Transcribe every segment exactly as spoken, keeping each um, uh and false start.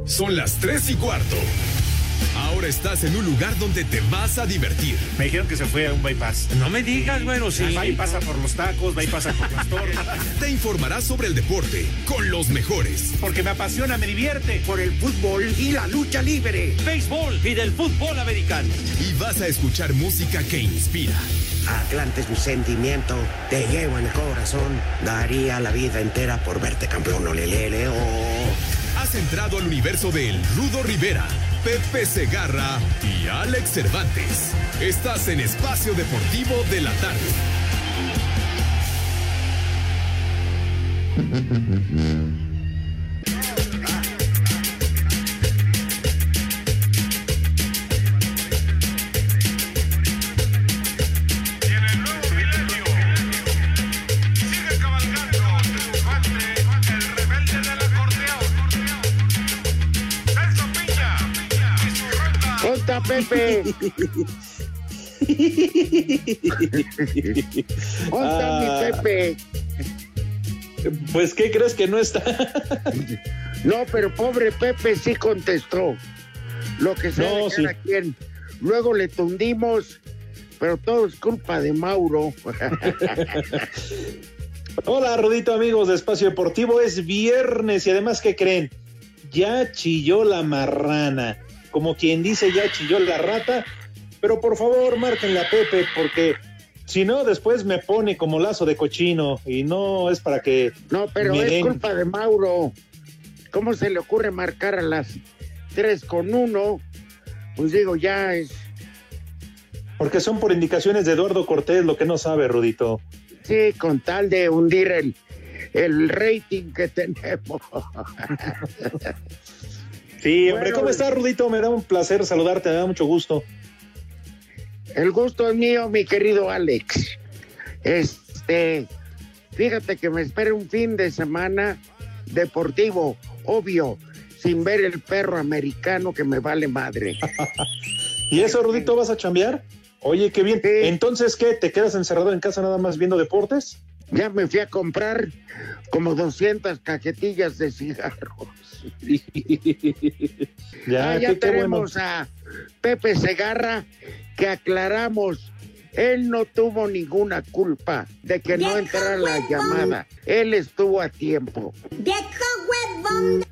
Son las tres y cuarto. Ahora estás en un lugar donde te vas a divertir. Me dijeron que se fue a un bypass. No me digas, bueno, sí. Va y pasa por los tacos, va y pasa por las torres. Te informarás sobre el deporte con los mejores. Porque me apasiona, me divierte. Por el fútbol y la lucha libre. Béisbol y del fútbol americano. Y vas a escuchar música que inspira. Atlante es mi sentimiento, te llevo en el corazón. Daría la vida entera por verte campeón, olelele, oh. Has entrado al universo de El Rudo Rivera, Pepe Segarra y Alex Cervantes. Estás en Espacio Deportivo de la Tarde. ¡Conta, Pepe! ¡Conta, Ah. mi Pepe! Pues, ¿qué crees que no está? No, pero pobre Pepe sí contestó. Lo que sea No, de sí. cada quien. Luego le tundimos, pero todo es culpa de Mauro. Hola, Rudito, amigos de Espacio Deportivo. Es viernes y además, ¿qué creen? Ya chilló la marrana. Como quien dice, ya chilló la rata. Pero por favor, márquenle a Pepe, porque si no, después me pone como lazo de cochino. Y no es para que... No, pero me es den. culpa de Mauro. ¿Cómo se le ocurre marcar a las tres con uno? Pues digo, ya es... Porque son por indicaciones de Eduardo Cortés, lo que no sabe, Rudito. Sí, con tal de hundir el, el rating que tenemos. Sí, hombre, Bueno, ¿cómo estás, Rudito? Me da un placer saludarte, me da mucho gusto. El gusto es mío, mi querido Alex. Este, fíjate que me espera un fin de semana deportivo, obvio, sin ver el perro americano que me vale madre. ¿Y eso, Rudito, vas a chambear? Oye, qué bien. Sí. Entonces, ¿qué? ¿Te quedas encerrado en casa nada más viendo deportes? Ya me fui a comprar como doscientas cajetillas de cigarros. ya, Ah, ya qué, qué bueno. tenemos a Pepe Segarra, que aclaramos, él no tuvo ninguna culpa de que no entrara la llamada. Él estuvo a tiempo. ¡Viejo huevón!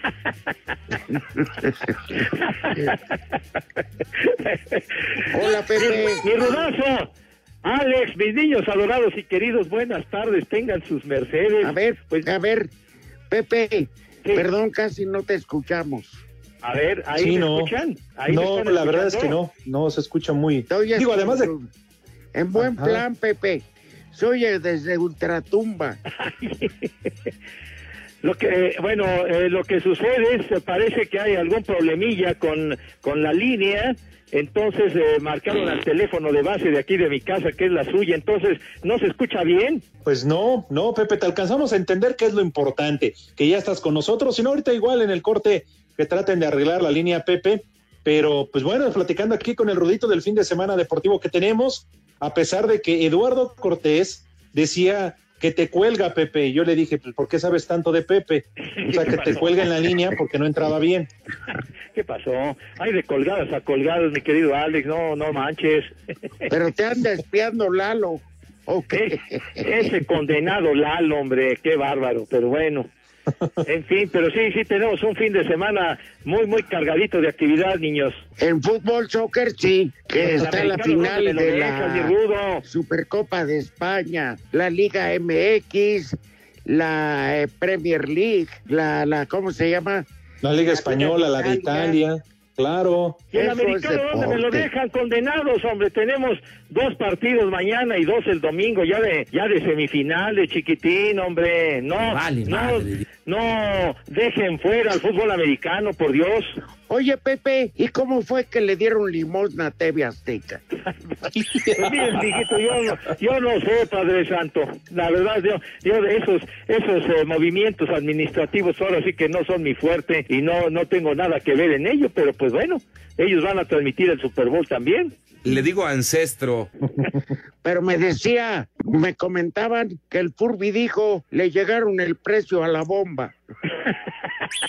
Hola, Pepe. Mi Rudazo, Alex, mis niños adorados y queridos, buenas tardes, tengan sus mercedes. A ver, pues, a ver, Pepe, Sí. perdón, casi no te escuchamos. a ver, ahí Sí, me no. escuchan. Ahí me No, están la verdad es que escuchando. no, no se escucha muy... Estoy Digo, además de... En buen Ajá. plan, Pepe. Soy desde Ultratumba. Lo que, bueno, eh, lo que sucede es, eh, parece que hay algún problemilla con, con la línea, entonces eh, marcaron al teléfono de base de aquí de mi casa, que es la suya, entonces no se escucha bien. Pues no, no, Pepe, te alcanzamos a entender qué es lo importante, que ya estás con nosotros, si no ahorita igual en el corte que traten de arreglar la línea, Pepe, pero pues bueno, platicando aquí con el Rudito del fin de semana deportivo que tenemos, a pesar de que Eduardo Cortés decía que te cuelga, Pepe, y yo le dije, pues ¿por qué sabes tanto de Pepe? O sea, que te cuelga en la línea porque no entraba bien. ¿Qué pasó? Hay de colgadas a colgadas, mi querido Alex, no, no manches. Pero te anda espiando Lalo. Ok. Eh, ese condenado Lalo, hombre, qué bárbaro, pero bueno. En fin, pero sí, sí tenemos un fin de semana muy, muy cargadito de actividad, niños. En fútbol, soccer, sí, que Los está la americanos, final ¿dónde me lo de dejas, mi la Rudo? Supercopa de España, la Liga M X, la eh, Premier League, la, la, ¿cómo se llama? La Liga Española, la de Italia, claro. Y el Eso es americano, ¿dónde me lo deporte. dejan condenados, hombre? Tenemos dos partidos mañana y dos el domingo, ya de ya de semifinal, de chiquitín, hombre. No, Vale, no, madre. no dejen fuera al fútbol americano, por Dios. Oye, Pepe, ¿y cómo fue que le dieron limosna a T V Azteca? Pues miren, mijito, yo no, yo no sé, Padre Santo. La verdad, yo, yo de esos esos eh, movimientos administrativos ahora sí que no son mi fuerte y no no tengo nada que ver en ello, pero pues bueno, ellos van a transmitir el Super Bowl también. Le digo ancestro. Pero me decía, me comentaban que el Furby dijo, le llegaron el precio a la bomba.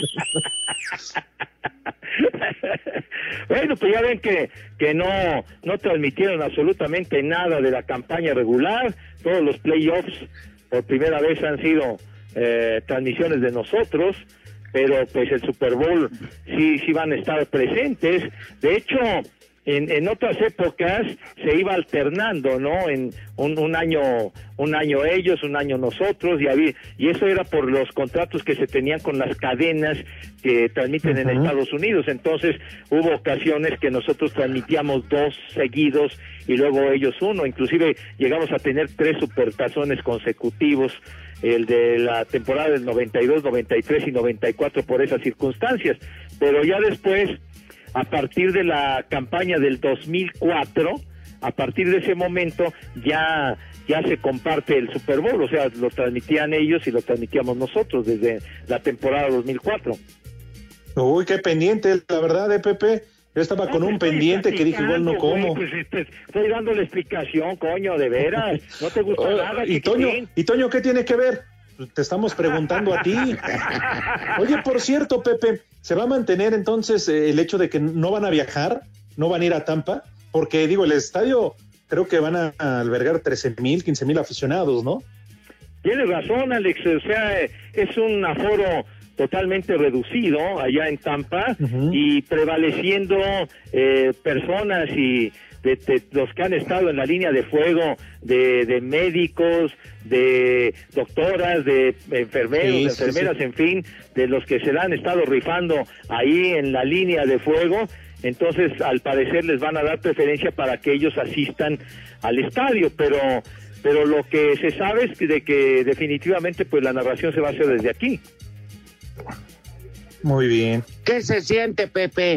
Bueno, pues ya ven que, que no, no transmitieron absolutamente nada de la campaña regular. Todos los playoffs por primera vez han sido eh, transmisiones de nosotros, pero pues el Super Bowl sí, sí van a estar presentes. De hecho, en, en otras épocas se iba alternando, ¿no? En un, un año un año ellos, un año nosotros, y había, y eso era por los contratos que se tenían con las cadenas que transmiten uh-huh. en Estados Unidos. Entonces hubo ocasiones que nosotros transmitíamos dos seguidos y luego ellos uno, inclusive llegamos a tener tres supertazones consecutivos, el de la temporada del noventa y dos, noventa y tres y noventa y cuatro por esas circunstancias. Pero ya después, a partir de la campaña del dos mil cuatro, a partir de ese momento ya ya se comparte el Super Bowl, o sea, lo transmitían ellos y lo transmitíamos nosotros desde la temporada dos mil cuatro. Uy, qué pendiente, la verdad, de Pepe. Yo estaba no, con un pendiente que dije, igual no como. Pues, pues, estoy dando la explicación, coño, de veras. No te gusta oh, nada. Y Toño, ¿y Toño qué tiene que ver? Te estamos preguntando a ti. Oye, por cierto, Pepe, ¿se va a mantener entonces eh, el hecho de que no van a viajar? ¿No van a ir a Tampa? Porque, digo, el estadio creo que van a albergar trece mil, quince mil aficionados, ¿no? Tienes razón, Alex. O sea, es un aforo totalmente reducido allá en Tampa, uh-huh. y prevaleciendo eh, personas y de, de los que han estado en la línea de fuego, de, de médicos, de doctoras, de enfermeros, sí, de enfermeras, sí, sí. en fin, de los que se la han estado rifando ahí en la línea de fuego. Entonces, al parecer les van a dar preferencia para que ellos asistan al estadio, pero pero lo que se sabe es que de que definitivamente pues la narración se va a hacer desde aquí. Muy bien. ¿Qué se siente, Pepe?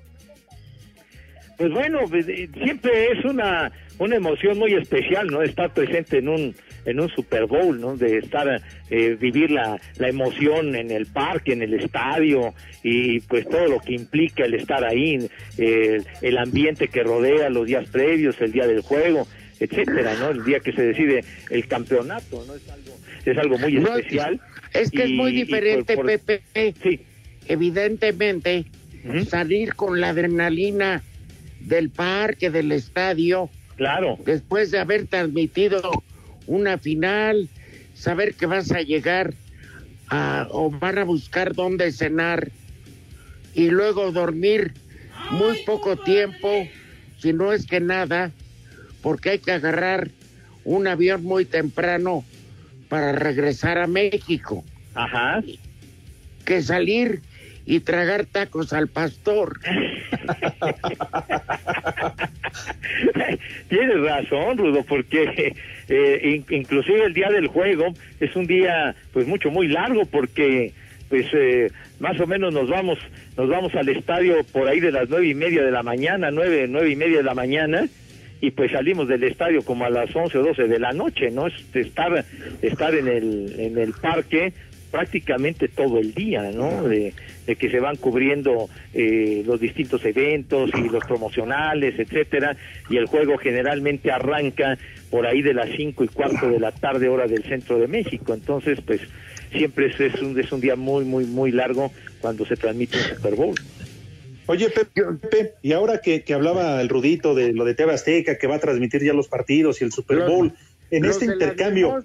Pues bueno, siempre es una una emoción muy especial, ¿no? Estar presente en un en un Super Bowl, ¿no? De estar, eh, vivir la, la emoción en el parque, en el estadio, y pues todo lo que implica el estar ahí, eh, el ambiente que rodea los días previos, el día del juego, etcétera, ¿no? El día que se decide el campeonato, ¿no? Es algo, es algo muy no, especial. Es que y, es muy diferente, por, por... Pepe. Sí. Evidentemente, ¿Mm? salir con la adrenalina del parque, del estadio. Claro. Después de haber transmitido una final, saber que vas a llegar a, o van a buscar dónde cenar y luego dormir muy poco tiempo, si no es que nada, porque hay que agarrar un avión muy temprano para regresar a México. Ajá. Que salir y tragar tacos al pastor. Tienes razón, Rudo, porque eh, in, inclusive el día del juego es un día pues mucho muy largo, porque pues eh, más o menos nos vamos nos vamos al estadio por ahí de las nueve y media de la mañana, nueve nueve y media de la mañana, y pues salimos del estadio como a las once o doce de la noche, ¿no? Es estar estar en el en el parque prácticamente todo el día, ¿no? De, de que se van cubriendo eh, los distintos eventos y los promocionales, etcétera, y el juego generalmente arranca por ahí de las cinco y cuarto de la tarde, hora del centro de México. Entonces, pues, siempre es, es, un, es un día muy, muy, muy largo cuando se transmite un Super Bowl. Oye, Pepe, y ahora que, que hablaba el Rudito de lo de T V Azteca, que va a transmitir ya los partidos y el Super Bowl, los, en los este intercambio...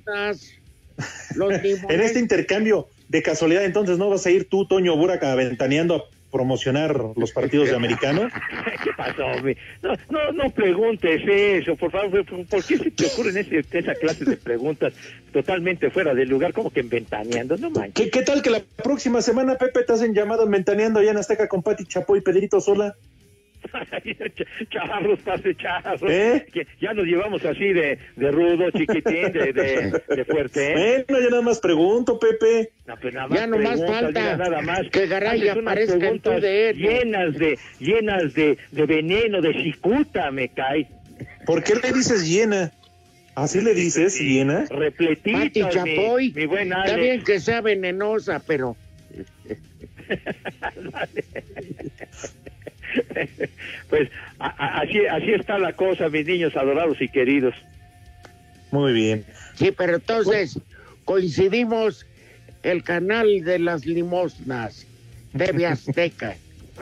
en este intercambio, de casualidad, entonces, ¿no vas a ir tú, Toño Buraca, aventaneando a promocionar los partidos de americano? ¿Qué pasó? No, no, no preguntes eso, por favor. ¿Por qué se te ocurren ese, esa clase de preguntas totalmente fuera del lugar, como que ventaneando? No manches. ¿Qué, ¿Qué tal que la próxima semana, Pepe, te hacen llamado ventaneando allá en Azteca con Pati Chapoy y Pedrito Sola? Charros, pase charros, ¿Eh? que ya nos llevamos así de, de rudo, chiquitín, de, de, de fuerte, ¿eh? Bueno, ya nada más pregunto, Pepe. No, pues nada más ya nomás falta nada más. que Garay aparezca en tu de él, llenas de llenas de, de veneno, de cicuta, me cae. ¿Por qué le dices llena? ¿Así le dices, llena? Repletita, Pati Chapoy, mi, mi buen Ale. Está bien que sea venenosa, pero... Pues a, a, así así está la cosa, mis niños adorados y queridos. Muy bien. Sí, pero entonces coincidimos el canal de las limosnas. T V Azteca.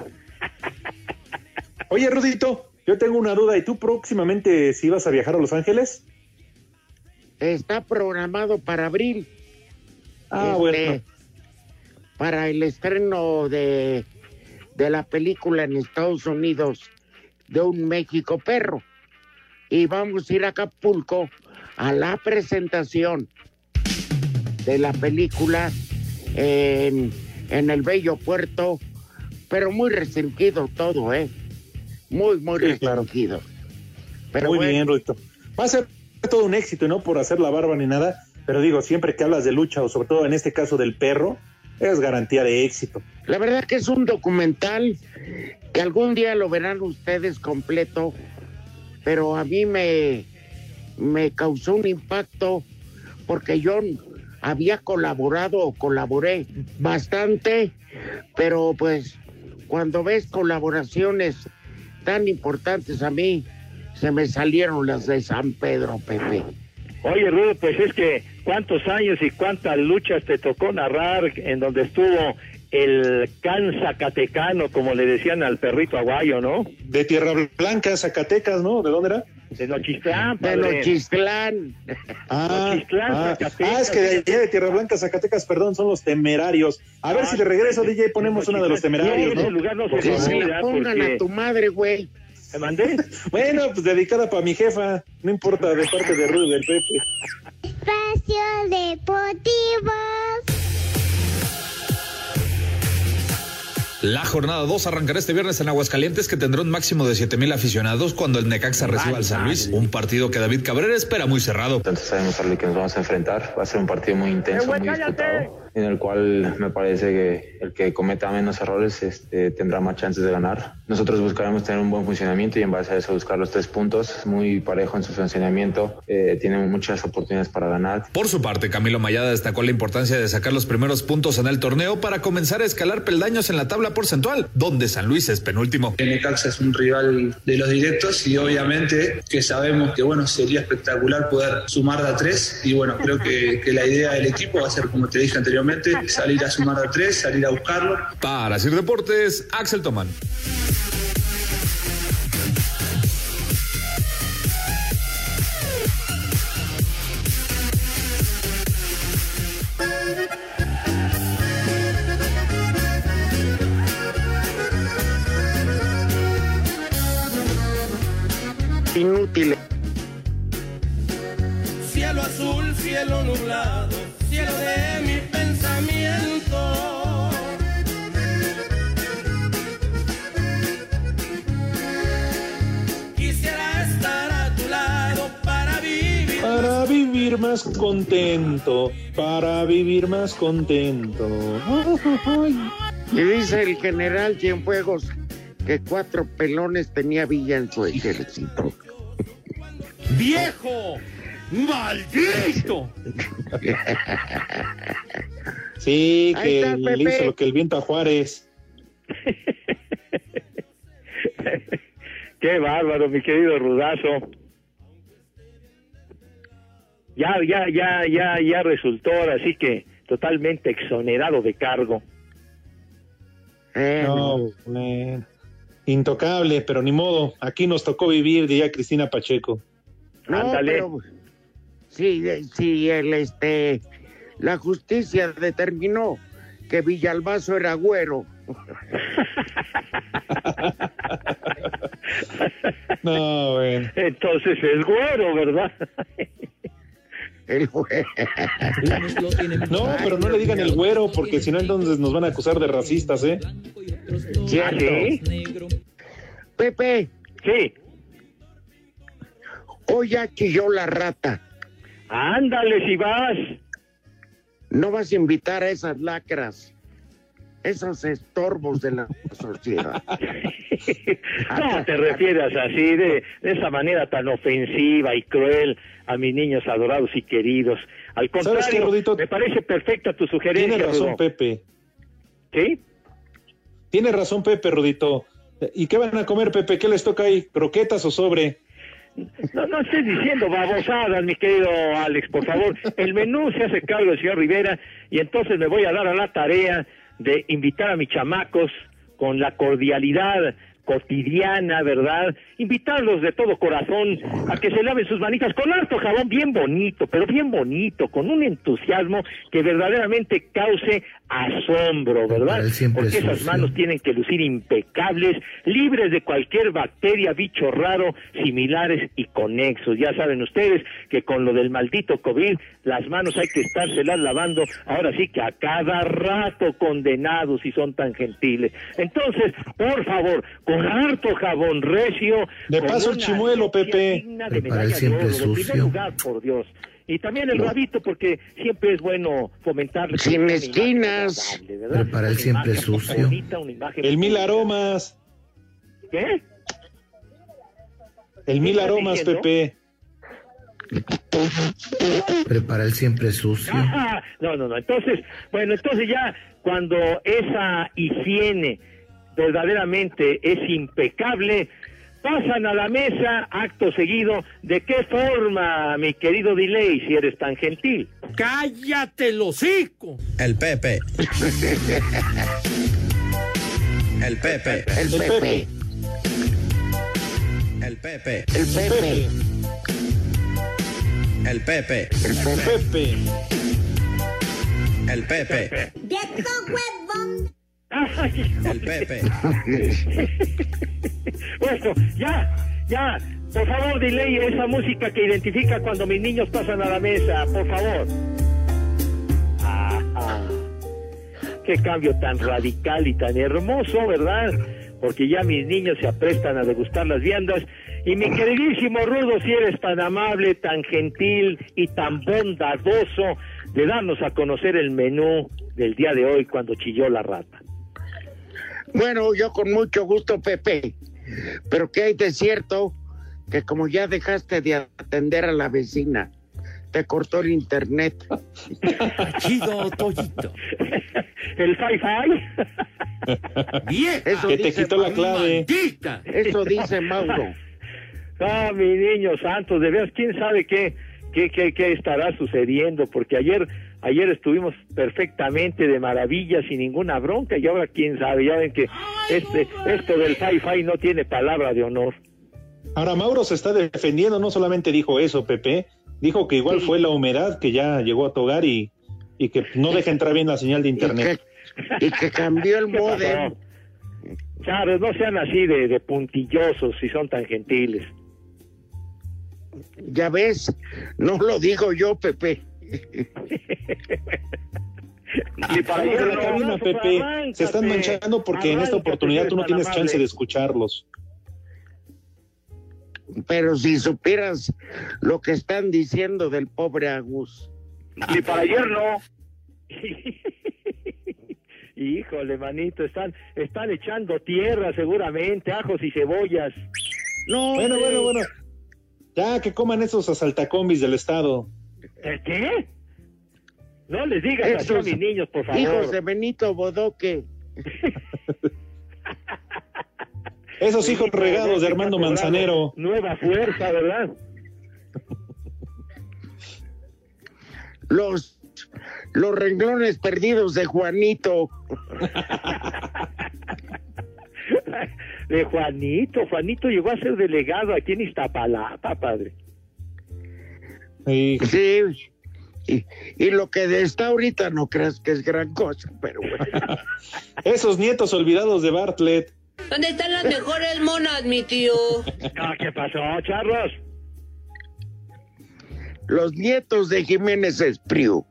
Oye, Rudito, yo tengo una duda. ¿Y tú próximamente si vas a viajar a Los Ángeles? Está programado para abril. Ah, este, bueno. Para el estreno de, de la película en Estados Unidos de Un México Perro. Y vamos a ir a Acapulco a la presentación de la película en, en el bello puerto, pero muy restringido todo, ¿eh? Muy, muy Sí, restringido. claro. Pero Muy bueno, bien, Rudito. Va a ser todo un éxito, no por hacer la barba ni nada, pero digo, siempre que hablas de lucha, o sobre todo en este caso del perro, es garantía de éxito. la verdad que es un documental que algún día lo verán ustedes completo, pero a mí me, me causó un impacto porque yo había colaborado o colaboré bastante, pero pues cuando ves colaboraciones tan importantes a mí, se me salieron las de San Pedro, Pepe. Oye, Rudo, pues es que cuántos años y cuántas luchas te tocó narrar en donde estuvo el can zacatecano, como le decían al perrito aguayo, ¿no? De Tierra Blanca, Zacatecas, ¿no? ¿De dónde era? De Nochistlán, De padre. Nochistlán. Ah, Nochistlán, ah, Zacatecas. ah, es que de allá de Tierra Blanca, Zacatecas, perdón, son los Temerarios. A ver Ah, si de regreso, D J, ponemos una de los Temerarios, No, ese ¿no? lugar no se Que se olvida la pongan porque... a tu madre, güey. ¿Me mandé? Bueno, pues dedicada para mi jefa, no importa, de parte de Rudy, del Pepe. Espacio Deportivo. La jornada dos arrancará este viernes en Aguascalientes, que tendrá un máximo de siete mil aficionados cuando el Necaxa reciba al San Luis, un partido que David Cabrera espera muy cerrado. Entonces sabemos a lo que nos vamos a enfrentar. Va a ser un partido muy intenso, muy disputado, en el cual me parece que el que cometa menos errores este, tendrá más chances de ganar. Nosotros buscaremos tener un buen funcionamiento y en base a eso buscar los tres puntos. Muy parejo en su funcionamiento, eh, tienen muchas oportunidades para ganar. Por su parte, Camilo Mayada destacó la importancia de sacar los primeros puntos en el torneo para comenzar a escalar peldaños en la tabla porcentual, donde San Luis es penúltimo. El Necaxa es un rival de los directos y obviamente que sabemos que bueno, sería espectacular poder sumar de a tres y bueno, creo que, que la idea del equipo va a ser, como te dije anteriormente, salir a sumar de a tres, salir a buscarlo. Para Sir Deportes, Axel Tomán. Inútiles. Cielo azul, cielo nublado, cielo de mi pensamiento. Quisiera estar a tu lado para vivir. Para vivir más contento, para vivir más contento. Y dice el general Cienfuegos que cuatro pelones tenía Villa en su ejército. ¡Viejo! ¡Maldito! Sí, Ahí que está, le Pepe. hizo lo que el viento a Juárez. Qué bárbaro, mi querido Rudazo. Ya, ya, ya, ya, ya resultó, así que totalmente exonerado de cargo. Eh, No, man. Intocable, pero ni modo. Aquí nos tocó vivir, diría Cristina Pacheco. no, Ándale. pero sí, sí, el este, la justicia determinó que Villalbazo era güero. No, bueno. Entonces es güero, ¿verdad? El güero. No, pero no le digan el güero, porque si no entonces nos van a acusar de racistas, ¿eh? Cierto. ¿Sí? Pepe, Sí. hoy ya chilló la rata. Ándale, si vas. No vas a invitar a esas lacras, esos estorbos de la sociedad. No te refieras así, de, de esa manera tan ofensiva y cruel a mis niños adorados y queridos. Al ¿Sabes qué, contrario, Rudito? me parece perfecta tu sugerencia. Tiene razón, Rudo. Pepe. ¿Sí? Tiene razón, Pepe, Rudito. ¿Y qué van a comer, Pepe? ¿Qué les toca ahí? ¿Croquetas o sobre? No, no estés diciendo babosadas, mi querido Alex, por favor. El menú se hace cargo del señor Rivera y entonces me voy a dar a la tarea de invitar a mis chamacos con la cordialidad cotidiana, ¿verdad? Invitarlos de todo corazón a que se laven sus manitas con harto jabón bien bonito, pero bien bonito, con un entusiasmo que verdaderamente cause asombro, ¿verdad? Porque esas manos tienen que lucir impecables, libres de cualquier bacteria, bicho raro, similares y conexos. Ya saben ustedes que con lo del maldito COVID, las manos hay que estárselas lavando, ahora sí que a cada rato, condenados si son tan gentiles. Entonces, por favor, con harto jabón recio. De paso el chimuelo, Pepe. Para él siempre es sucio. Lugar, por Dios. Y también el rabito, porque siempre es bueno fomentarle. Sin esquinas. Pero para él siempre es sucio. Bonita, el mil aromas. ¿Qué? El mil aromas, diciendo? Pepe. Pero para él siempre es sucio. Ajá. No, no, no. Entonces, bueno, entonces ya cuando esa higiene verdaderamente es impecable, pasan a la mesa, acto seguido. ¿De qué forma, mi querido Delay, si eres tan gentil? ¡Cállate el hocico! El Pepe. El Pepe. El Pepe. El Pepe. El Pepe. El Pepe. El Pepe. El Pepe. El Pepe. Bueno, ya, ya, por favor, delay esa música que identifica cuando mis niños pasan a la mesa, por favor. Ah, ah. Qué cambio tan radical y tan hermoso, ¿verdad? Porque ya mis niños se aprestan a degustar las viandas. Y mi queridísimo Rudo, si eres tan amable, tan gentil y tan bondadoso de darnos a conocer el menú del día de hoy cuando chilló la rata. Bueno, yo con mucho gusto, Pepe. Pero ¿qué hay de cierto? Que como ya dejaste de atender a la vecina, te cortó el internet. Chido, Toyito. ¿El Fi-Fi? Bien. Eso que te dice quitó la clave. Maldita. Eso dice Mauro. Ah, mi niño santo, de veras, quién sabe qué, qué, qué, qué estará sucediendo, porque ayer, ayer estuvimos perfectamente de maravilla, sin ninguna bronca, y ahora quién sabe, ya ven que este, esto del Fi-Fi no tiene palabra de honor. Ahora Mauro se está defendiendo, no solamente dijo eso, Pepe, dijo que igual sí. Fue la humedad que ya llegó a tu hogar y, y que no deja entrar bien la señal de internet. Y que, y que cambió el módem. Sabes, no sean así de, de puntillosos si son tan gentiles. Ya ves, no lo digo yo, Pepe. Y para de la cabina, Pepe, arráncate, se están manchando porque en esta oportunidad tú no tienes chance de escucharlos. Pero si supieras lo que están diciendo del pobre Agus. Y para ayer no. Híjole, manito, están, están echando tierra seguramente, ajos y cebollas. No, bueno, bueno, bueno. Ya, que coman esos asaltacombis del estado. ¿Qué? No les digas esos, así a mis niños, por favor. Hijos de Benito Bodoque. Esos hijos regados de Armando Manzanero. Nueva fuerza, ¿verdad? Los, los renglones perdidos de Juanito. De Juanito, Juanito llegó a ser delegado aquí en Iztapalapa, padre. Sí, sí. Y, y lo que está ahorita no creas que es gran cosa, pero bueno. Esos nietos olvidados de Bartlett. ¿Dónde están las mejores monas, mi tío? Ah, ¿qué pasó, charros? Los nietos de Jiménez Espriu.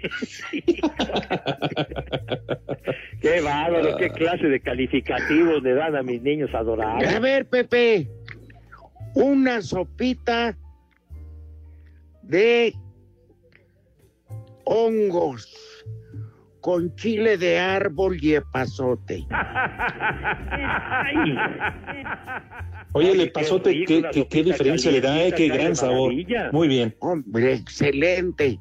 Qué bárbaro, qué clase de calificativos le dan a mis niños adorados. A ver, Pepe, una sopita de hongos con chile de árbol y epazote. Oye, el epazote, ¿qué, qué, qué diferencia le da? Eh? Qué gran sabor. Muy bien. Hombre, excelente.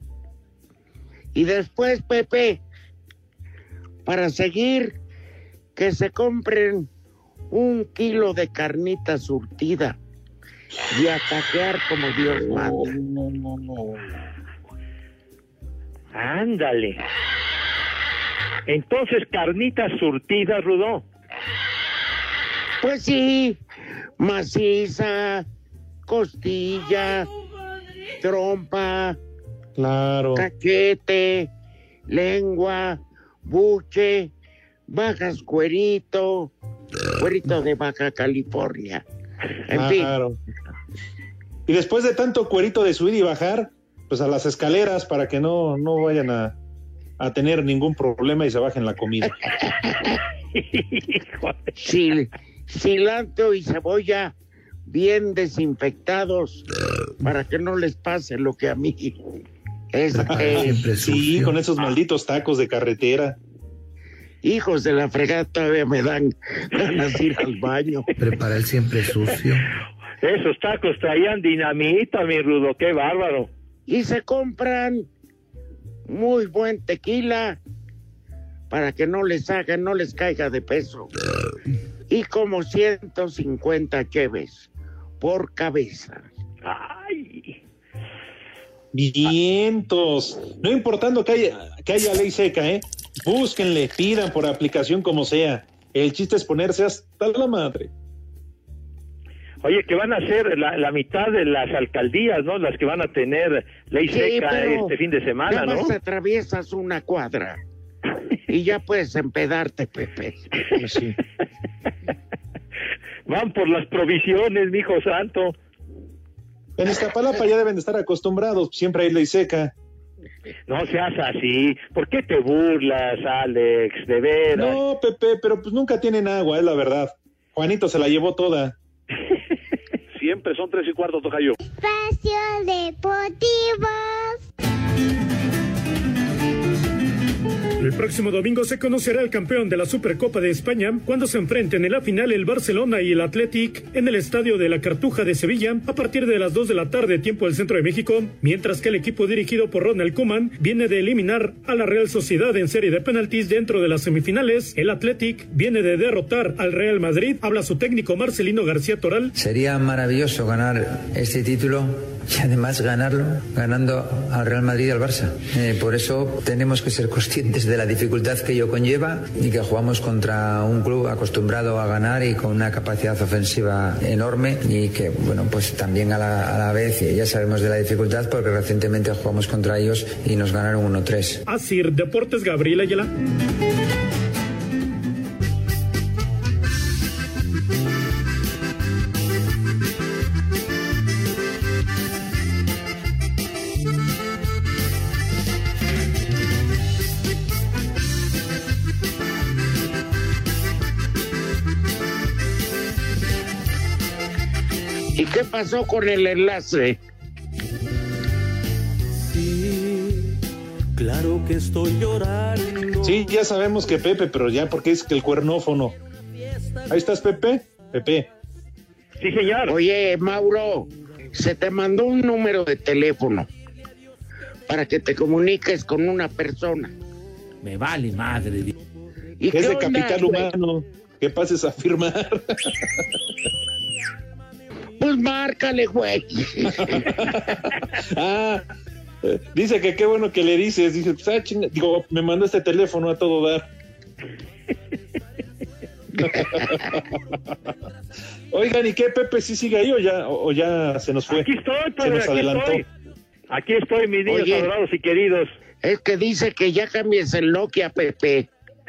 Y después, Pepe, para seguir, que se compren un kilo de carnita surtida y a taquear como Dios manda. No, no, no. Ándale. Entonces, carnitas surtidas, Rudo. Pues sí, maciza, costilla, trompa, claro, cachete, lengua, buche, bajas cuerito, cuerito de Baja California. En claro. fin. Y después de tanto cuerito de subir y bajar, pues a las escaleras para que no, no vayan a, a tener ningún problema y se bajen la comida. Sí, cilantro y cebolla bien desinfectados para que no les pase lo que a mí. Este, sí, con esos malditos tacos de carretera. Hijos de la fregada, todavía me dan ganas de ir al baño. Prepara el siempre sucio. Esos tacos traían dinamita, mi Rudo, qué bárbaro. Y se compran muy buen tequila para que no les haga, no les caiga de peso. Y como ciento cincuenta cheves por cabeza. Ay. Vientos. No importando que haya, que haya ley seca, ¿eh? Búsquenle, pidan por aplicación como sea. El chiste es ponerse hasta la madre. Oye, que van a ser la, la mitad de las alcaldías, ¿no? Las que van a tener ley Sí, seca pero este fin de semana, nada ¿no? más atraviesas una cuadra y ya puedes empedarte, Pepe. Sí. Van por las provisiones, mijo santo. En Iztapalapa ya deben de estar acostumbrados, siempre hay ley seca. No seas así. ¿Por qué te burlas, Alex? De veras. No, Pepe, pero pues nunca tienen agua, es la verdad. Juanito se la llevó toda. Siempre son tres y cuarto, tocayo. Espacio Deportivo. El próximo domingo se conocerá el campeón de la Supercopa de España cuando se enfrenten en la final el Barcelona y el Athletic en el estadio de la Cartuja de Sevilla a partir de las dos de la tarde tiempo del centro de México, mientras que el equipo dirigido por Ronald Koeman viene de eliminar a la Real Sociedad en serie de penaltis dentro de las semifinales. El Athletic viene de derrotar al Real Madrid. Habla su técnico Marcelino García Toral. Sería maravilloso ganar este título y además ganarlo ganando al Real Madrid y al Barça. Eh, por eso tenemos que ser conscientes de la dificultad que ello conlleva y que jugamos contra un club acostumbrado a ganar y con una capacidad ofensiva enorme y que, bueno, pues también a la, a la vez ya sabemos de la dificultad porque recientemente jugamos contra ellos y nos ganaron uno tres. Asir Deportes, Gabriel Ayala. ¿Y qué pasó con el enlace? Sí, claro que estoy llorando. Sí, ya sabemos que Pepe, pero ya porque es que el cuernófono. Ahí estás, Pepe. Pepe. Sí, señor. Oye, Mauro, se te mandó un número de teléfono para que te comuniques con una persona. Me vale madre. ¿Y es de onda, capital güey? humano. Que pases a firmar. Pues márcale, güey. Ah, eh, dice que qué bueno que le dices. Dice, pues, ah, chinga. Digo, me mandó este teléfono a todo dar. Oigan, ¿y qué, Pepe? ¿Sí sigue ahí o ya, o ya se nos fue? Aquí estoy, padre, se nos aquí adelantó. estoy. Aquí estoy, mis niños Oye, adorados y queridos. Es que dice que ya cambies el Nokia, Pepe.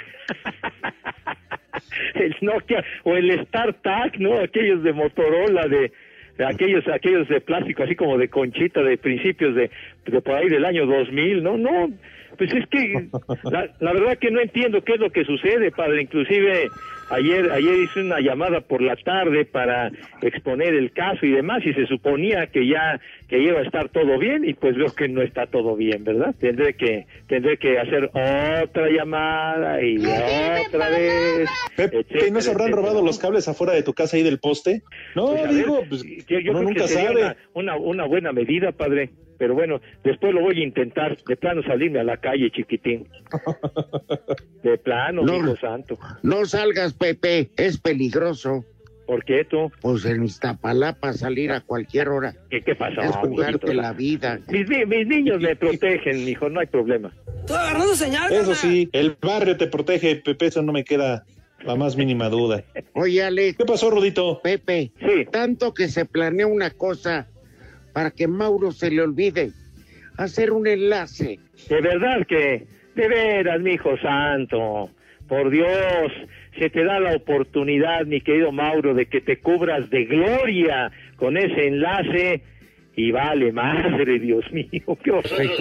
El Nokia o el StarTAC, ¿no? Aquellos de Motorola, de, de aquellos aquellos de plástico, así como de conchita, de principios de, de por ahí del año dos mil, ¿no? No, pues es que la, la verdad que no entiendo qué es lo que sucede, padre. Inclusive ayer ayer hice una llamada por la tarde para exponer el caso y demás, y se suponía que ya que iba a estar todo bien, y pues veo que no está todo bien, ¿verdad? Tendré que tendré que hacer otra llamada y otra vez. Pepe, etcétera, ¿no se habrán etcétera. robado los cables afuera de tu casa ahí del poste? No, Pues, a digo, ver, pues yo, yo uno creo nunca que sería sabe. una, una, una buena medida, padre. Pero bueno, después lo voy a intentar. De plano salirme a la calle, chiquitín. De plano, No. hijo santo. No salgas, Pepe, es peligroso. ¿Por qué tú? Pues en Iztapalapa salir a cualquier hora. ¿Qué, qué pasó? Es jugarte la vida. Mis, mis niños me protegen, mijo, no hay problema. Estoy agarrando señal, Eso sí, el barrio te protege, Pepe, eso no me queda la más mínima duda. Oye, Alex. ¿Qué pasó, Rudito? Pepe, sí. Tanto que se planeó una cosa para que Mauro se le olvide. Hacer un enlace. De verdad que, de veras, mi hijo santo, por Dios, se te da la oportunidad, mi querido Mauro, de que te cubras de gloria con ese enlace y vale madre, Dios mío, qué horror.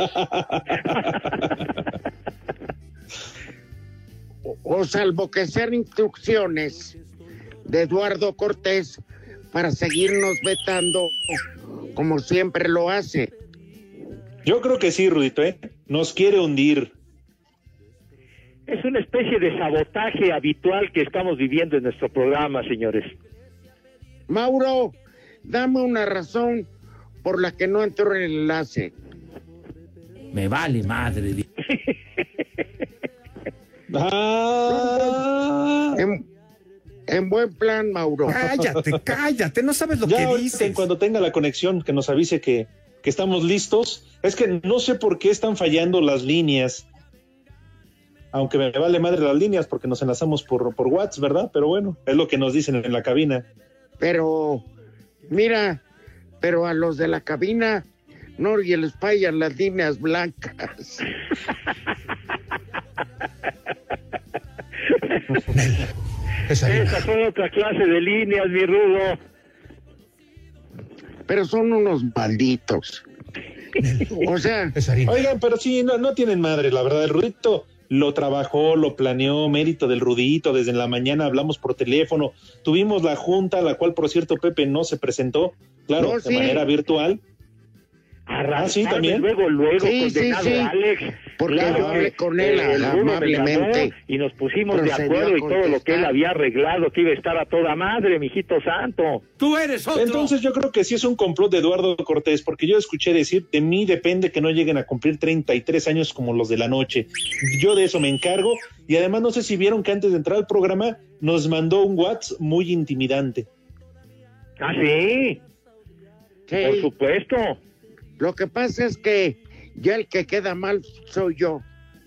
o, o salvo que sean instrucciones de Eduardo Cortés para seguirnos vetando como siempre lo hace. Yo creo que sí, Rudito, ¿eh? Nos quiere hundir. Es una especie de sabotaje habitual que estamos viviendo en nuestro programa, señores. Mauro, dame una razón por la que no entró en el enlace. Me vale madre. ah. en, en buen plan, Mauro. Cállate, cállate, no sabes lo ya que dices. Cuando tenga la conexión, que nos avise que, que estamos listos. Es que no sé por qué están fallando las líneas. Aunque me vale madre las líneas porque nos enlazamos por, por WhatsApp, ¿verdad? Pero bueno, es lo que nos dicen en la cabina. Pero, mira, pero a los de la cabina no les fallan las líneas blancas. Esas son otra clase de líneas, mi Rudo. Pero son unos malditos. O sea, oigan, pero sí, no, no tienen madre, la verdad. El Rudito lo trabajó, lo planeó, mérito del Rudito. Desde la mañana hablamos por teléfono, tuvimos la junta, a la cual, por cierto, Pepe no se presentó, claro, no, de sí. manera virtual. Ah, sí, también. Luego, luego, sí, condenado sí, sí. Alex. Porque claro, yo hablé con él el amablemente. Y nos pusimos de acuerdo y todo lo que él había arreglado, que iba a estar a toda madre, mijito santo. Tú eres otro. Entonces yo creo que sí es un complot de Eduardo Cortés, porque yo escuché decir, de mí depende que no lleguen a cumplir treinta y tres años como los de la noche. Yo de eso me encargo, y además no sé si vieron que antes de entrar al programa nos mandó un WhatsApp muy intimidante. ¿Ah, sí? Sí. Por supuesto. Lo que pasa es que ya el que queda mal soy yo.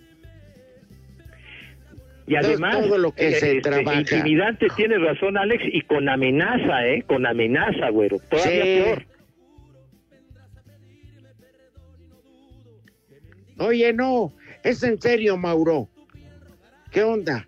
Y además, todo lo que eh, se este, trabaja. Intimidante, tiene razón, Alex, y con amenaza, ¿eh? Con amenaza, güero. Todavía sí. peor. Oye, no, es en serio, Mauro. ¿Qué onda?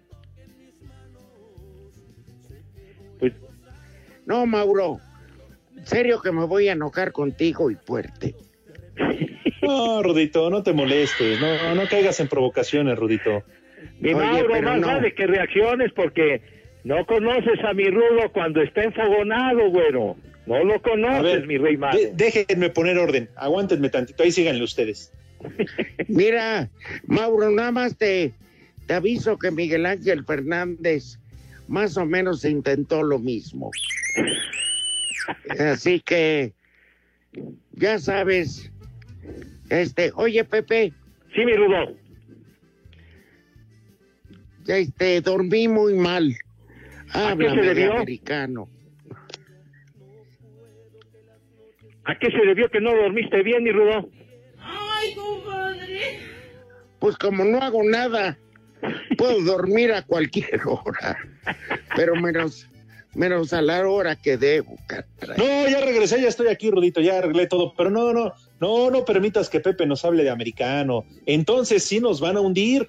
Pues... No, Mauro, en serio que me voy a enojar contigo y fuerte. No, Rudito, no te molestes, no, no caigas en provocaciones, Rudito. Mi Oye, Mauro, más no. vale que reacciones porque no conoces a mi Rudo cuando está enfogonado, güero. No lo conoces, ver, mi rey madre. De, déjenme poner orden, aguántenme tantito, ahí síganle ustedes. Mira, Mauro, nada más te, te aviso que Miguel Ángel Fernández más o menos intentó lo mismo. Así que, ya sabes, este, oye, Pepe. Sí, mi Rudo. Este, dormí muy mal. Háblame se de debió? americano. ¿A qué se debió que no dormiste bien, mi Rudo? Ay, compadre. Pues como no hago nada, puedo dormir a cualquier hora, pero menos, menos a la hora que debo, caray. No, ya regresé, ya estoy aquí, Rudito, ya arreglé todo, pero no, no, no, no permitas que Pepe nos hable de americano, entonces sí nos van a hundir.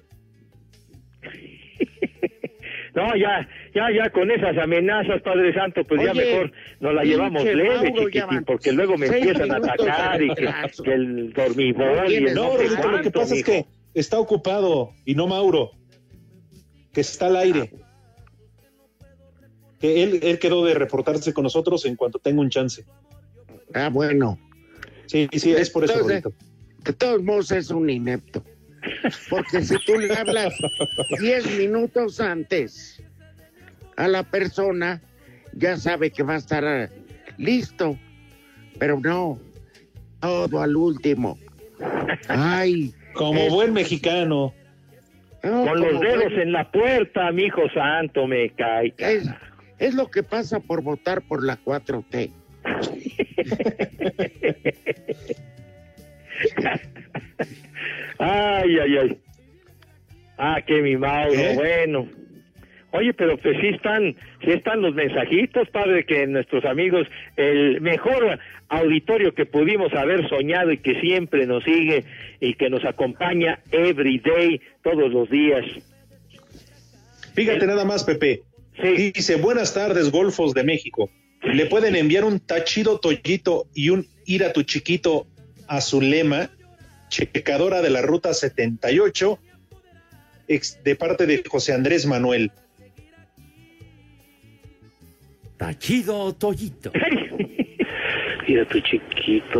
No, ya, ya, ya con esas amenazas, Padre Santo, pues Oye, ya mejor nos la llevamos leve, Mauro, chiquitín, porque luego me empiezan a atacar y que, que el dormibol y el No, no sé Rudito, lo que cuánto, pasa es mijo. que está ocupado, y no Mauro, que está al aire. Que él, él quedó de reportarse con nosotros en cuanto tenga un chance. Ah, bueno. Sí, sí, es por eso, Entonces, Rudito. de todos modos es un inepto. Porque si tú le hablas diez minutos antes a la persona, ya sabe que va a estar uh, listo. Pero no, todo al último. Ay. Como es... buen mexicano. No, con los dedos buen... en la puerta, mi hijo santo, me cae. Es, Es lo que pasa por votar por la cuatro T. Ay, ay, ay. Ah, qué mi Mauro, ¿Eh? Bueno. Oye, pero pues sí están, sí están los mensajitos, padre, que nuestros amigos, el mejor auditorio que pudimos haber soñado y que siempre nos sigue y que nos acompaña every day, todos los días. Fíjate el... nada más, Pepe. Sí. Dice, buenas tardes, Golfos de México. Le pueden enviar un tachido tollito y un ir a tu chiquito a Zulema, checadora de la ruta setenta y ocho, ex, de parte de José Andrés Manuel. Tachido tollito. Ir a tu chiquito.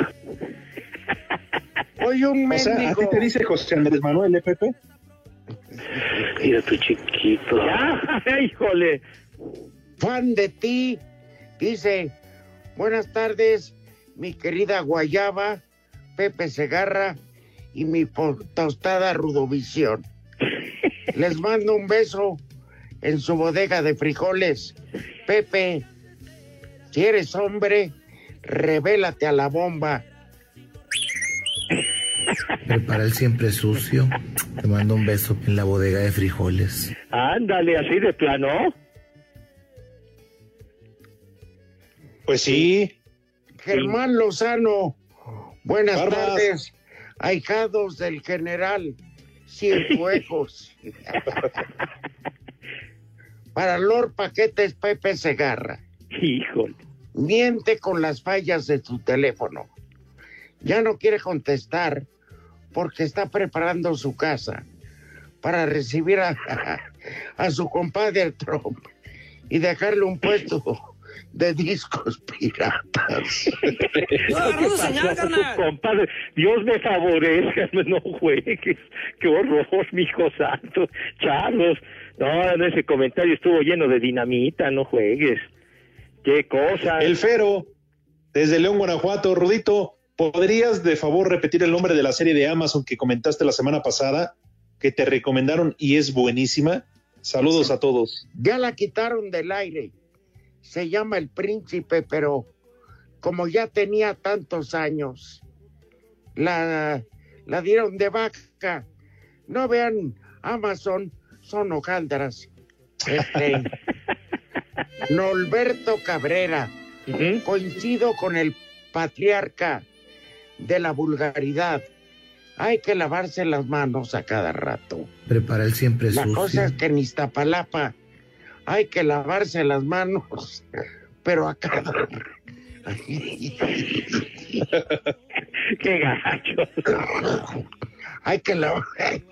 Oye, un mendigo. O sea, ¿a ti te dice José Andrés Manuel, eh, Pepe? Ir a tu chiquito. ¡Ah, híjole! Fan de ti. Dice, buenas tardes, mi querida Guayaba, Pepe Segarra y mi tostada Rudovisión. Les mando un beso en su bodega de frijoles. Pepe, si eres hombre, revélate a la bomba. Prepara el siempre sucio. Te mando un beso en la bodega de frijoles. Ándale, así de plano. Pues sí. Germán Lozano, buenas Barbas. tardes, ahijados del general Cienfuegos. Para Lord Paquetes, Pepe Segarra. Híjole. Miente con las fallas de tu teléfono. Ya no quiere contestar porque está preparando su casa para recibir a, a, a su compadre Trump y dejarle un puesto de discos piratas. No, señal, compadre, Dios me favorezca, no juegues, qué horror, mijo santo, Charlos, no, no, ese comentario estuvo lleno de dinamita, no juegues, qué cosa. El Fero, desde León, Guanajuato. Rudito, ¿podrías de favor repetir el nombre de la serie de Amazon que comentaste la semana pasada, que te recomendaron y es buenísima? Saludos a todos. Ya la quitaron del aire. Se llama El Príncipe, pero como ya tenía tantos años, la, la dieron de vaca. No vean Amazon, son hojaldras. Este, Norberto Cabrera, uh-huh. Coincido con el patriarca de la vulgaridad. Hay que lavarse las manos a cada rato. Prepara el siempre la sucio. La cosa es que en Iztapalapa hay que lavarse las manos, pero a cada... ¡Qué gacho! Hay que lavar...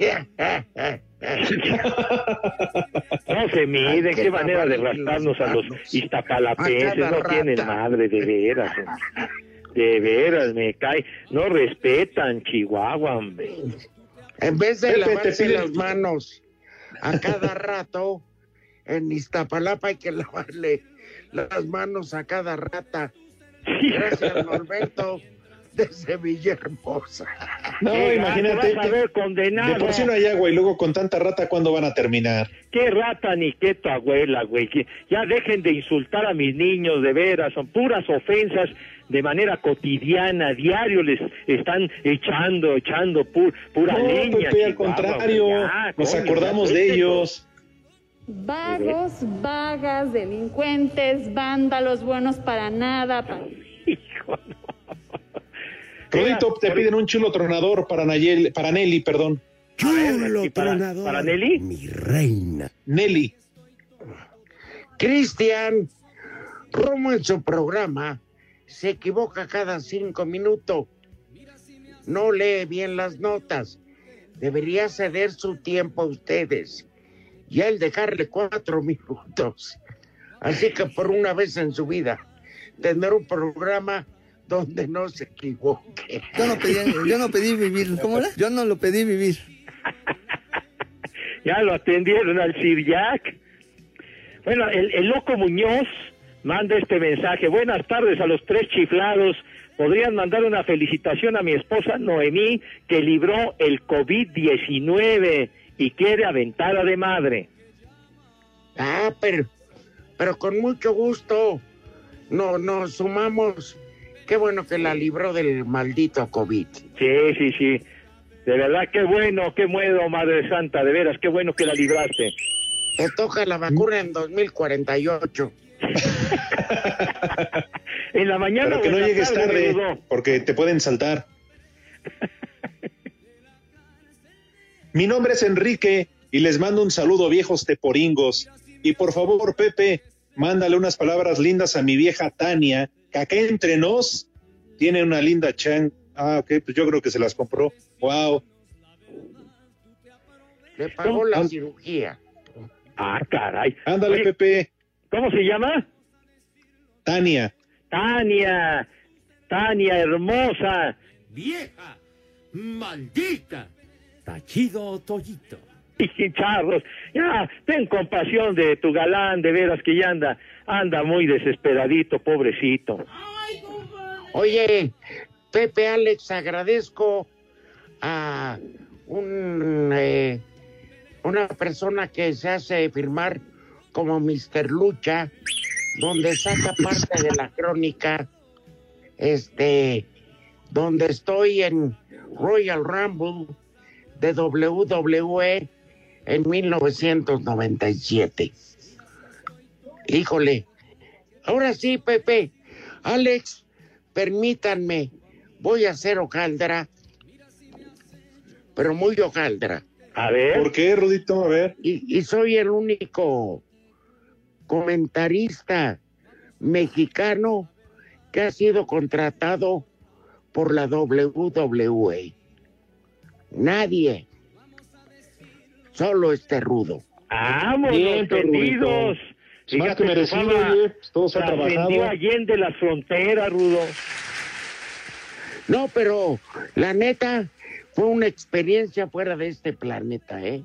No se mide, qué manera de rastarnos a los iztapalapenses, no rata. Tienen madre, de veras, de veras, me cae, no respetan Chihuahua, hombre. En vez de Pepe, lavarse las manos a cada rato, en Iztapalapa hay que lavarle las manos a cada rata. Gracias, Norberto, desde Villahermosa. No, eh, imagínate, vas a ver, condenado. De por sí no hay agua y luego con tanta rata, ¿cuándo van a terminar? Qué rata ni qué tu abuela, güey. Ya dejen de insultar a mis niños, de veras, son puras ofensas de manera cotidiana, diario les están echando, echando pu pura no, leña. Pepe, al contrario, ya, nos coño, acordamos de ellos. Vagos, vagas, delincuentes, vándalos, buenos para nada. Para... Hijo, no. Rudito, te piden un chulo tronador para, Nayel, para Nelly, perdón. Chulo ver, para, tronador. ¿Para Nelly? Mi reina. Nelly. Cristian, Romo en su programa se equivoca cada cinco minutos. No lee bien las notas. Debería ceder su tiempo a ustedes y él dejarle cuatro minutos. Así que por una vez en su vida, tener un programa donde no se equivoque. Yo no pedí, yo no pedí vivir. ¿Cómo era? Yo no lo pedí vivir. Ya lo atendieron al Sir Jack. Bueno, el, el loco Muñoz manda este mensaje. Buenas tardes a los tres chiflados. ¿Podrían mandar una felicitación a mi esposa Noemí, que libró el COVID diecinueve y quiere aventada de madre? Ah, pero pero con mucho gusto no, nos sumamos. Qué bueno que la libró del maldito COVID. Sí, sí, sí. De verdad, qué bueno, qué bueno, Madre Santa, de veras, qué bueno que la libraste. Te toca la vacuna en dos mil cuarenta y ocho. En la mañana. Pero que no la llegues tarde, tarde porque te pueden saltar. Mi nombre es Enrique y les mando un saludo, viejos teporingos. Y por favor, Pepe, mándale unas palabras lindas a mi vieja Tania, que acá entre nos tiene una linda chan. Ah, ok, pues yo creo que se las compró. Wow. Le pagó la cirugía. Ah, caray. Ándale, Oye, Pepe. ¿cómo se llama? Tania. Tania. Tania, hermosa. Vieja, maldita, Tachido Toyito. Y charros, ya, ten compasión de tu galán, de veras que ya anda, anda muy desesperadito, pobrecito. Oye, Pepe, Alex, agradezco a un eh, una persona que se hace firmar como mister Lucha, donde saca parte de la crónica, este, donde estoy en Royal Rumble de doble u doble u E en mil novecientos noventa y siete. Híjole, ahora sí, Pepe, Alex, permítanme, voy a hacer hojaldra, pero muy hojaldra. A ver. ¿Por qué, Rudito? A ver. Y, y soy el único comentarista mexicano que ha sido contratado por la doble u doble u E. Nadie. Solo este Rudo. ¡Vámonos, entendidos! Más que merecido, oye, pues todos han trabajado. Allende la frontera, Rudo. No, pero la neta fue una experiencia fuera de este planeta, ¿eh?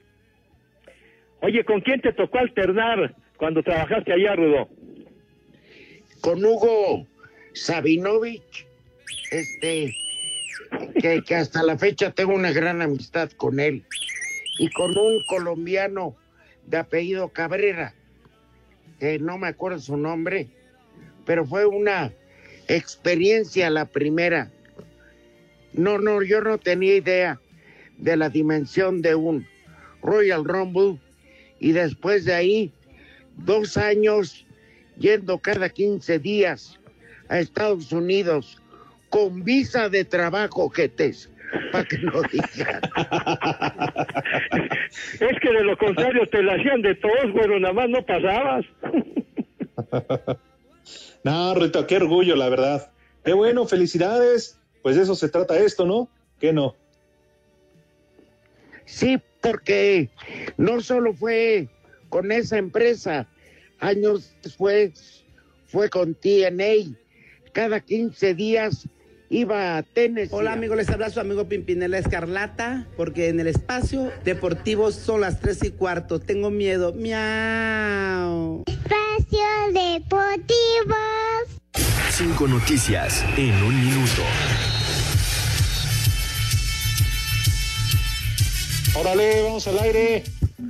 Oye, ¿con quién te tocó alternar cuando trabajaste allá, Rudo? Con Hugo Sabinovich, este, que, que hasta la fecha tengo una gran amistad con él, y con un colombiano de apellido Cabrera, que no me acuerdo su nombre, pero fue una experiencia la primera. No, no, yo no tenía idea de la dimensión de un Royal Rumble, y después de ahí, dos años yendo cada quince días a Estados Unidos con visa de trabajo, jetes, para que no digan. Es que de lo contrario te la hacían de todos, güero, nada más no pasabas. No, Rito, qué orgullo, la verdad. Qué bueno, felicidades. Pues de eso se trata esto, ¿no? ¿Qué no? Sí, porque no solo fue con esa empresa, años después fue con T N A. Cada quince días iba a Tennessee. Hola, amigos, les habla su amigo Pimpinela Escarlata, porque en el espacio deportivo son las tres y cuarto. Tengo miedo. Miau. Espacio Deportivo. Cinco noticias en un minuto. Órale, vamos al aire.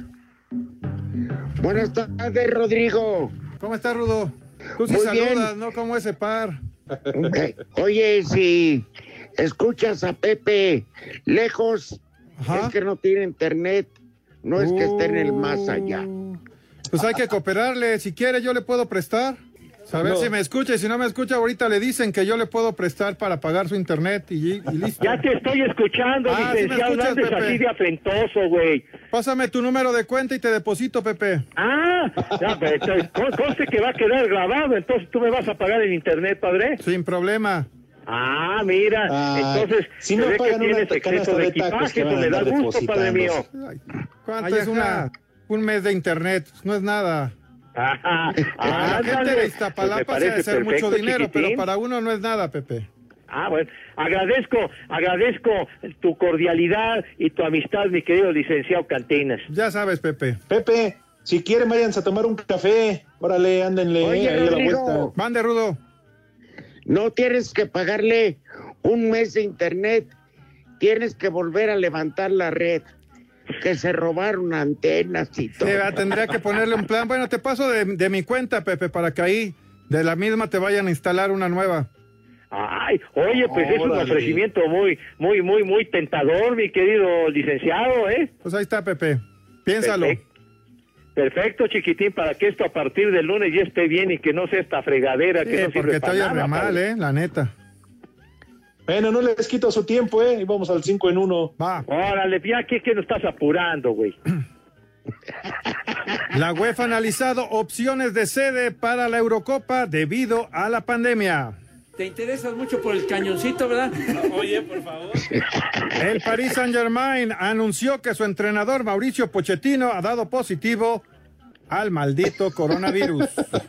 Buenas tardes, Rodrigo. ¿Cómo estás, Rudo? Tú sí Muy saludas, bien. no como ese par. Okay. Oye, si escuchas a Pepe lejos, Ajá. es que no tiene internet, no es que esté en el más allá. Pues hay que cooperarle. Si quiere, yo le puedo prestar. A ver No. si me escucha, y si no me escucha, ahorita le dicen que yo le puedo prestar para pagar su internet y, y listo. Ya te estoy escuchando, Ah, ¿sí me licenciado, no escuchas, andes Pepe? así de afrentoso, güey. Pásame tu número de cuenta y te deposito, Pepe. Ah, ya, pero entonces, con- conste que va a quedar grabado, entonces tú me vas a pagar el internet, padre. Sin problema. Ah, mira, Ay, entonces si se no ve que pagan una tienes canasta exceso de de tacos equipaje, que van eso a me da andar gusto, padre mío. depositando. ¿Cuánto Ay, es una, ajá. un mes de internet? No es nada. Ajá, Para la gente ándale. de Iztapalapa Pues se me ha de ser parece mucho perfecto, dinero, chiquitín. pero para uno no es nada, Pepe. Ah, bueno, agradezco, agradezco tu cordialidad y tu amistad, mi querido licenciado Cantinas. Ya sabes, Pepe. Pepe, si quieren, váyanse a tomar un café. Órale, ándenle Oye, ahí a la Rodrigo. vuelta. Mande, Rudo. No tienes que pagarle un mes de internet, tienes que volver a levantar la red. que se robaron antenas y todo. Sí, va, tendría que ponerle un plan. Bueno, te paso de, de mi cuenta, Pepe, para que ahí de la misma te vayan a instalar una nueva. Ay, oye, pues Órale. Es un ofrecimiento muy, muy, muy, muy tentador, mi querido licenciado, ¿eh? Pues ahí está, Pepe. Piénsalo. Perfecto. Perfecto, chiquitín, para que esto a partir del lunes ya esté bien y que no sea esta fregadera sí, que no sirve porque para te nada. Porque mal, padre. eh, la neta. Bueno, no les quito su tiempo, eh, y vamos al cinco en uno. Va. Órale, ya que, que nos estás apurando, güey. La UEFA ha analizado opciones de sede para la Eurocopa debido a la pandemia. Te interesas mucho por el cañoncito, ¿verdad? Oye, por favor. El Paris Saint-Germain anunció que su entrenador Mauricio Pochettino ha dado positivo al maldito coronavirus.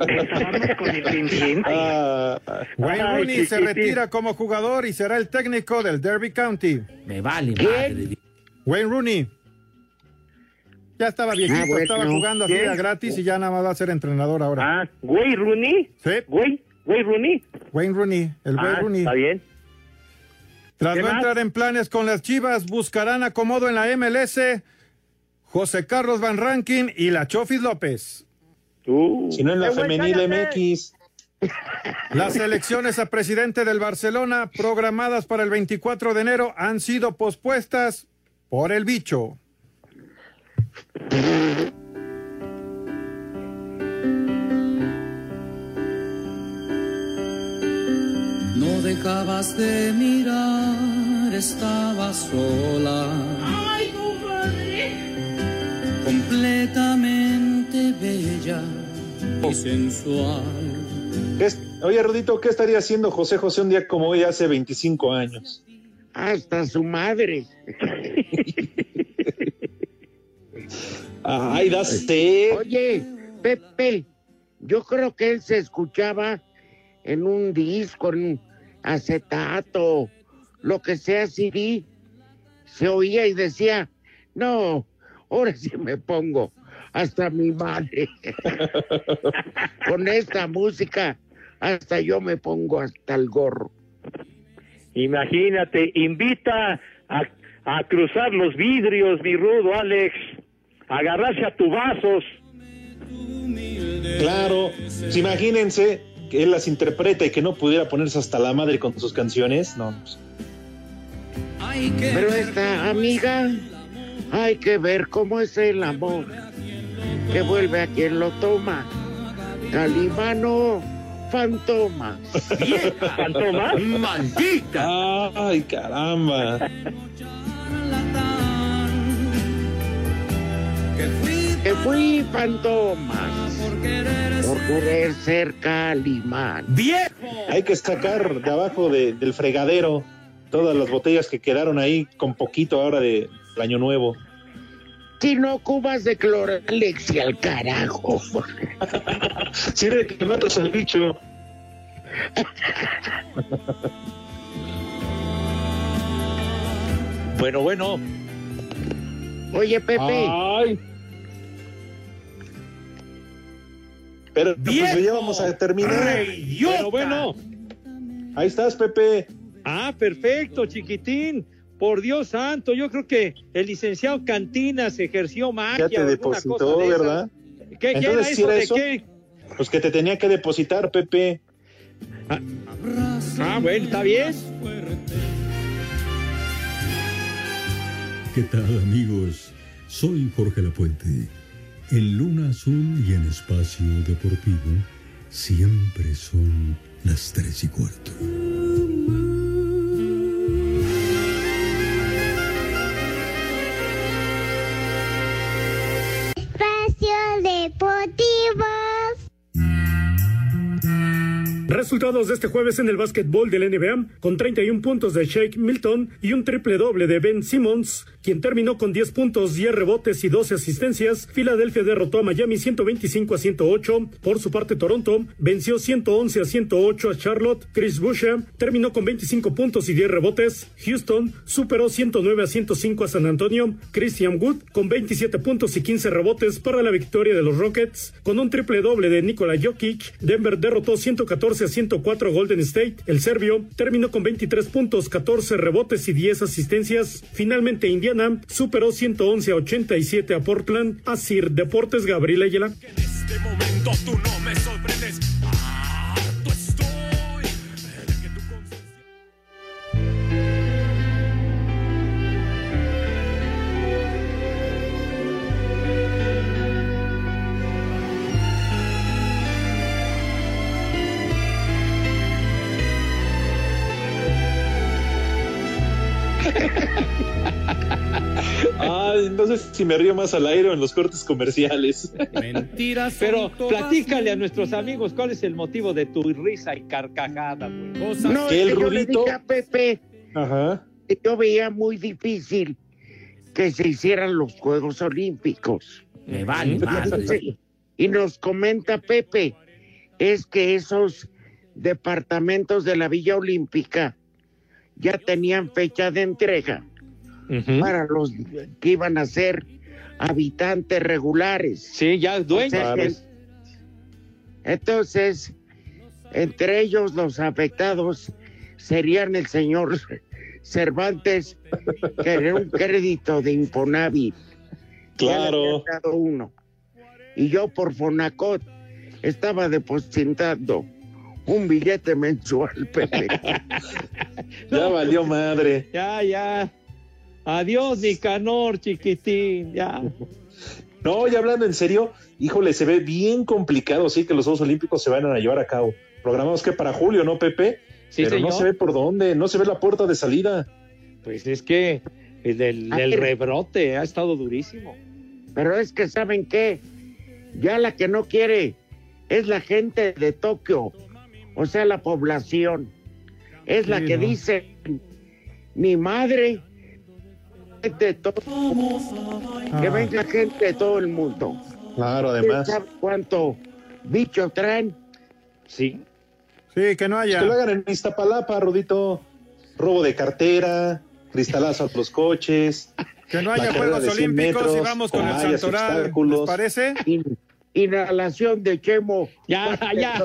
uh, Wayne Rooney Ay, se retira como jugador y será el técnico del Derby County. Me vale madre. Wayne Rooney. Ya estaba viejito, ah, bueno, estaba jugando así a gratis y ya nada más va a ser entrenador ahora. Ah, Wayne Rooney. Sí. Wayne, Wayne Rooney. Wayne Rooney, el ah, Wayne Rooney. Está bien. Tras no entrar en planes con las Chivas, buscarán acomodo en la M L S José Carlos Van Rankin y la Chofis López. Uh, si no en la femenil M X. Las elecciones a presidente del Barcelona, programadas para el veinticuatro de enero, han sido pospuestas por el bicho. No dejabas de mirar, estaba sola. ¡Ay, compadre! Completamente bella y sensual. Es, oye, Rudito, ¿qué estaría haciendo José José un día como hoy hace veinticinco años? Hasta su madre. Ay, da sed. Oye, Pepe, yo creo que él se escuchaba en un disco, en un acetato, lo que sea, C D, se oía y decía, no, ahora sí me pongo hasta mi madre. Con esta música, hasta yo me pongo hasta el gorro. Imagínate, invita a, a cruzar los vidrios, mi rudo Alex, a agarrarse a tubazos. Claro, pues imagínense que él las interpreta y que no pudiera ponerse hasta la madre con sus canciones, no. Pues. Pero esta amiga, hay que ver cómo es el amor, que vuelve a quien lo toma. Calimano, Fantoma. ¿Vieja? ¿Fantoma? ¡Maldita! ¡Ay, caramba! Que fui Fantomas por querer ser Calimán. ¡Viejo! Hay que sacar de abajo de, del fregadero todas las botellas que quedaron ahí con poquito ahora de, del año nuevo. Si no, cubas de cloralex y al carajo. Sirve que matas al bicho. Bueno, bueno. Oye, Pepe. Ay. Pero pues ya vamos a terminar. Bueno, bueno. Ahí estás, Pepe. Ah, perfecto, chiquitín. Por Dios santo, yo creo que el licenciado Cantinas ejerció magia. Ya te depositó, de ¿verdad? ¿Qué, ¿qué era eso? ¿De eso? qué? Pues que te tenía que depositar, Pepe. Ah, ah bueno, ¿está bien? ¿Qué tal, amigos? Soy Jorge Lapuente. En Luna Azul y en Espacio Deportivo siempre son las tres y cuarto. Espacio Deportivo. Resultados de este jueves en el básquetbol del N B A, con treinta y un puntos de Shake Milton y un triple doble de Ben Simmons, quien terminó con diez puntos, diez rebotes y doce asistencias. Filadelfia derrotó a Miami ciento veinticinco a ciento ocho. Por su parte, Toronto venció ciento once a ciento ocho a Charlotte. Chris Boucher terminó con veinticinco puntos y diez rebotes. Houston superó ciento nueve a ciento cinco a San Antonio. Christian Wood con veintisiete puntos y quince rebotes para la victoria de los Rockets. Con un triple doble de Nikola Jokic, Denver derrotó ciento catorce a ciento cuatro Golden State. El serbio terminó con veintitrés puntos, catorce rebotes y diez asistencias. Finalmente Indiana superó ciento once a ochenta y siete a Portland. Asir Deportes, Gabriel Ayala. En este momento tú no me sorprendes. Harto estoy de que tu conciencia... Ay, no sé si me río más al aire o en los cortes comerciales. Mentiras. Pero platícale a nuestros amigos cuál es el motivo de tu risa y carcajada, güey. No, que el yo Rudito... le dije a Pepe, Ajá. que yo veía muy difícil que se hicieran los Juegos Olímpicos. Me vale madre. Y nos comenta Pepe, es que esos departamentos de la Villa Olímpica ya tenían fecha de entrega. Uh-huh. Para los que iban a ser habitantes regulares. Sí, ya dueños. O sea, que, entonces, entre ellos los afectados serían el señor Cervantes, que era un crédito de Infonavit. Claro. Dado uno. Y yo por Fonacot estaba depositando un billete mensual, Pepe. Ya valió madre. Ya, ya. Adiós, Nicanor, chiquitín, ya. No, y hablando en serio, híjole, se ve bien complicado, sí, que los Juegos Olímpicos se van a llevar a cabo. Programamos que para julio, ¿no, Pepe? Sí, pero señor. No se ve por dónde, no se ve la puerta de salida. Pues es que el, el, el rebrote ha estado durísimo. Pero es que, ¿saben qué? Ya la que no quiere es la gente de Tokio, o sea, la población. Es la sí, que ¿no? dice, mi madre... de todo, que ah. venga gente de todo el mundo. Claro, además. ¿Sabe cuánto bicho traen? Sí. Sí, que no haya. Que lo hagan en Iztapalapa, Rudito. Robo de cartera, cristalazo a los coches. Que no haya Juegos Olímpicos metros, y vamos con el Santoral. ¿Les parece? In, inhalación de Chemo. Ya, ya.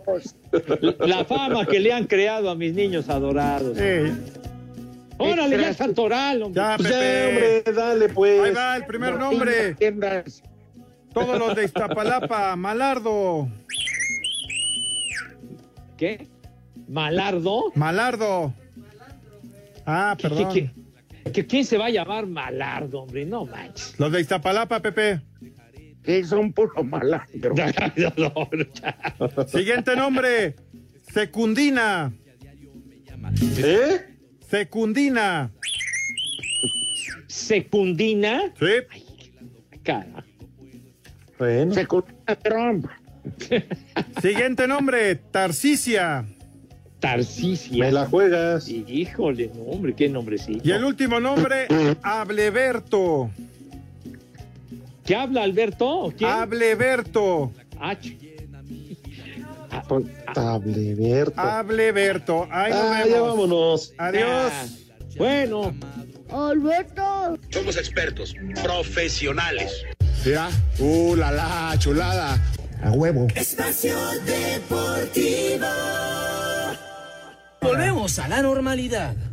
La fama que le han creado a mis niños adorados. Sí. ¡Órale, ya Santoral! Hombre. Ya, pues Pepe. Ya, hombre, dale, pues. Ahí va el primer nombre. Todos los de Iztapalapa. Malardo. ¿Qué? ¿Malardo? Malardo. Ah, perdón. ¿Qué, qué, qué, ¿Quién se va a llamar Malardo, hombre? No manches. Los de Iztapalapa, Pepe. Que son puro malandro. Siguiente nombre. Secundina. ¿Eh? Secundina. ¿Secundina? Sí. Ay, cara. Bueno. Secundina Trump. Siguiente nombre, Tarsicia. Tarsicia. Me la juegas. Híjole, no, hombre, qué nombrecito. Y el último nombre, Ableberto. ¿Qué habla Alberto? ¿Quién? Ableberto. Ah, Ableberto. Ableberto. Ahí nos ah, vemos. Ya vámonos. Adiós. Ah, bueno. Alberto. Somos expertos, profesionales. ¿Ya? Uh, la la, chulada. A huevo. Espacio Deportivo. Volvemos a la normalidad.